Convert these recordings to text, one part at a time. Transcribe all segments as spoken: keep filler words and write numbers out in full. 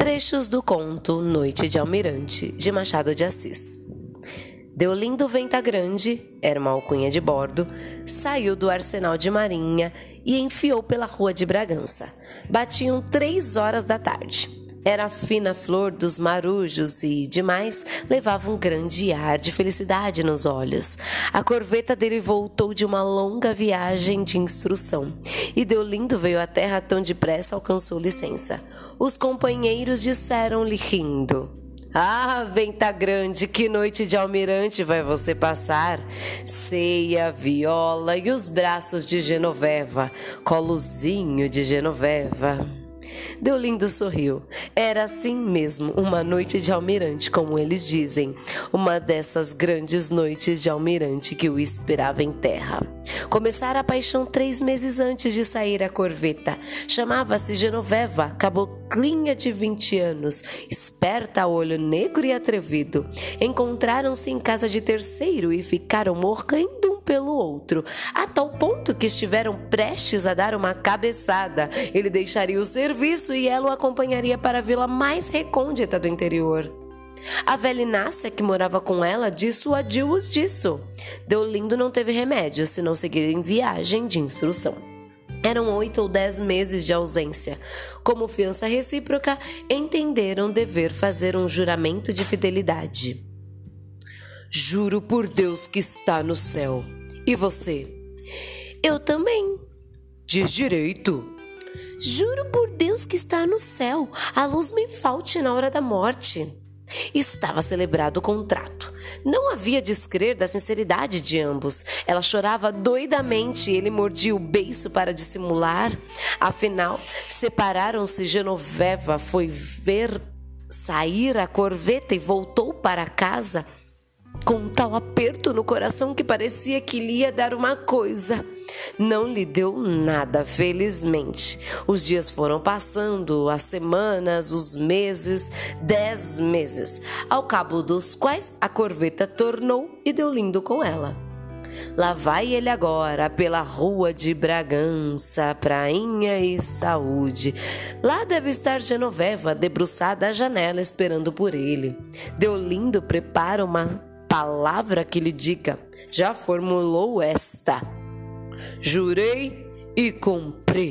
Trechos do conto Noite de Almirante, de Machado de Assis. Deolindo Ventagrande, era uma alcunha de bordo, saiu do arsenal de marinha e enfiou pela rua de Bragança. Batiam três horas da tarde. Era a fina flor dos marujos e, demais, levava um grande ar de felicidade nos olhos. A corveta dele voltou de uma longa viagem de instrução, e Deolindo veio à terra tão depressa alcançou licença. Os companheiros disseram-lhe rindo: "Ah, Ventagrande, que noite de almirante vai você passar? Ceia, viola e os braços de Genoveva, colozinho de Genoveva." Deolindo sorriu. Era assim mesmo uma noite de almirante, como eles dizem. Uma dessas grandes noites de almirante que o esperava em terra. Começara a paixão três meses antes de sair a corveta. Chamava-se Genoveva, caboclinha de vinte anos, esperta a olho negro e atrevido. Encontraram-se em casa de terceiro e ficaram morrendo um pelo outro, a tal ponto que estiveram prestes a dar uma cabeçada. Ele deixaria o serviço e ela o acompanharia para a vila mais recôndita do interior. A velha Inácia, que morava com ela, dissuadiu-os disso. Deolindo não teve remédio, senão seguir em viagem de instrução. Eram oito ou dez meses de ausência. Como fiança recíproca, entenderam dever fazer um juramento de fidelidade. "Juro por Deus que está no céu. E você?" "Eu também." "Diz direito." "Juro por Deus que está no céu. A luz me falte na hora da morte." Estava celebrado o contrato. Não havia descrer da sinceridade de ambos. Ela chorava doidamente e ele mordia o beiço para dissimular. Afinal, separaram-se. Genoveva foi ver sair a corveta e voltou para casa com um tal aperto no coração que parecia que lhe ia dar uma coisa. Não lhe deu nada, felizmente. Os dias foram passando, as semanas, os meses, dez meses, ao cabo dos quais a corveta tornou e Deolindo com ela. Lá vai ele agora, pela rua de Bragança, prainha e saúde. Lá deve estar Genoveva, debruçada à janela, esperando por ele. Deolindo prepara uma palavra que lhe diga. Já formulou esta: "Jurei e cumpri."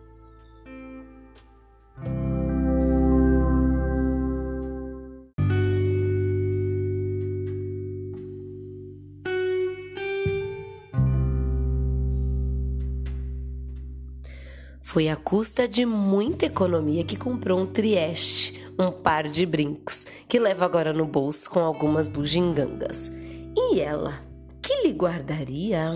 Foi à custa de muita economia que comprou um trieste, um par de brincos, que leva agora no bolso com algumas bugigangas. E ela, que lhe guardaria?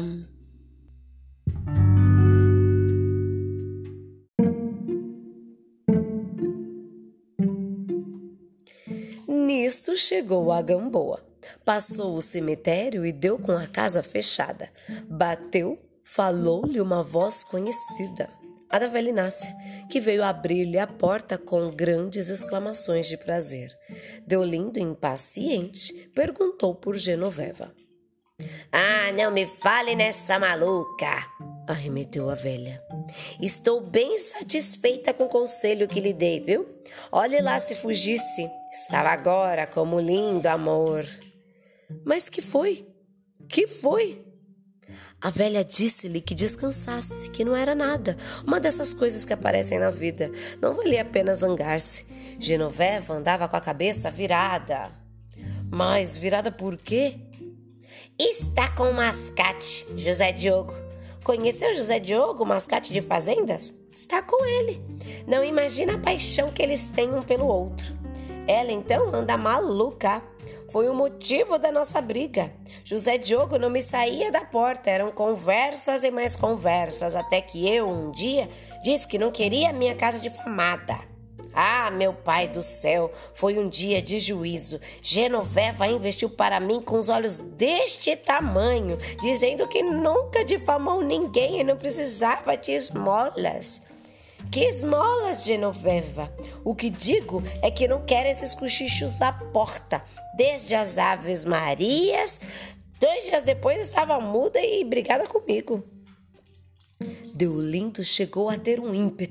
Nisto chegou a Gamboa. Passou o cemitério e deu com a casa fechada. Bateu, falou-lhe uma voz conhecida, a da velha Inácia, que veio abrir-lhe a porta com grandes exclamações de prazer. Deolindo, impaciente, perguntou por Genoveva. "Ah, não me fale nessa maluca!" arremeteu a velha. "Estou bem satisfeita com o conselho que lhe dei, viu? Olhe lá se fugisse. Estava agora como lindo amor." "Mas que foi? Que foi?" A velha disse-lhe que descansasse, que não era nada, uma dessas coisas que aparecem na vida. Não valia a pena zangar-se. Genoveva andava com a cabeça virada. Mas virada por quê? "Está com o mascate, José Diogo. Conheceu José Diogo, mascate de fazendas? Está com ele. Não imagina a paixão que eles têm um pelo outro. Ela, então, anda maluca. Foi o motivo da nossa briga. José Diogo não me saía da porta. Eram conversas e mais conversas, até que eu, um dia, disse que não queria a minha casa difamada. Ah, meu pai do céu, foi um dia de juízo. Genoveva investiu para mim com os olhos deste tamanho, dizendo que nunca difamou ninguém e não precisava de esmolas. Que esmolas, Genoveva? O que digo é que não quero esses cochichos à porta. Desde as Aves Marias, dois dias depois estava muda e brigada comigo." Deolindo chegou a ter um ímpeto.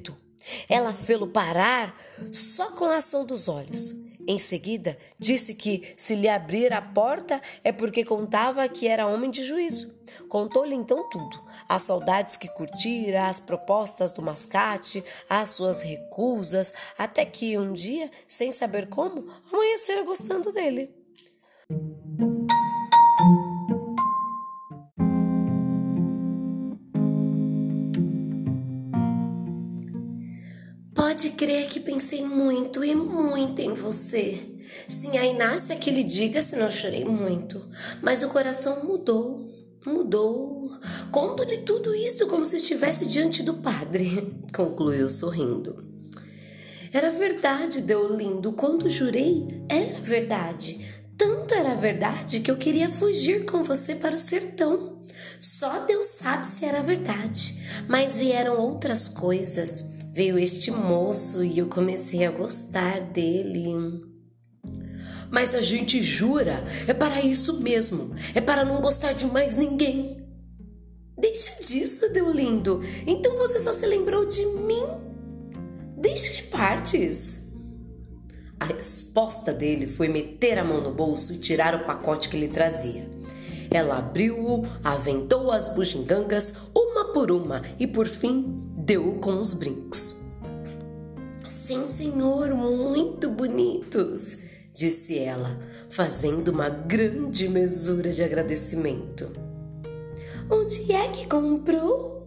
Ela fê-lo parar só com a ação dos olhos. Em seguida, disse que, se lhe abrir a porta, é porque contava que era homem de juízo. Contou-lhe então tudo, as saudades que curtira, as propostas do mascate, as suas recusas, até que um dia, sem saber como, amanhecera gostando dele. Pode crer que pensei muito e muito em você. Sim, a Inácia que lhe diga se não chorei muito, mas o coração mudou, mudou. Conto-lhe tudo isto como se estivesse diante do padre, concluiu sorrindo. Era verdade, Deolindo, quando jurei, era verdade. Tanto era verdade que eu queria fugir com você para o sertão. Só Deus sabe se era verdade, mas vieram outras coisas. Veio este moço e eu comecei a gostar dele. Mas a gente jura, é para isso mesmo, é para não gostar de mais ninguém. Deixa disso, Deolindo, então você só se lembrou de mim? Deixa de partes. A resposta dele foi meter a mão no bolso e tirar o pacote que ele trazia. Ela abriu-o, aventou as bugigangas uma por uma e, por fim, deu com os brincos. Sim, senhor, muito bonitos, disse ela, fazendo uma grande mesura de agradecimento. Onde é que comprou?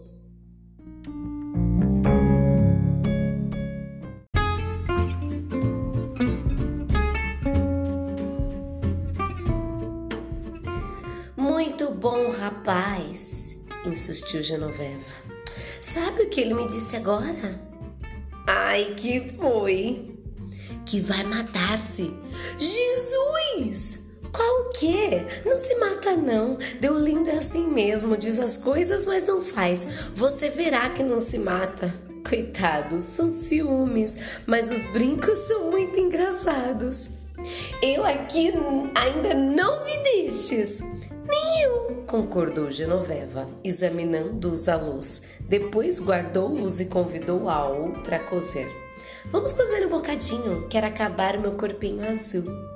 Muito bom, rapaz, insistiu Genoveva. Sabe o que ele me disse agora? Ai, que foi? Que vai matar-se. Jesus! Qual o quê? Não se mata não. Deolindo é assim mesmo, diz as coisas, mas não faz. Você verá que não se mata. Coitados, são ciúmes, mas os brincos são muito engraçados. Eu aqui ainda não vi destes. Nem eu, concordou Genoveva, examinando-os à luz. Depois guardou-os e convidou a outra a cozer. Vamos cozer um bocadinho, quero acabar meu corpinho azul.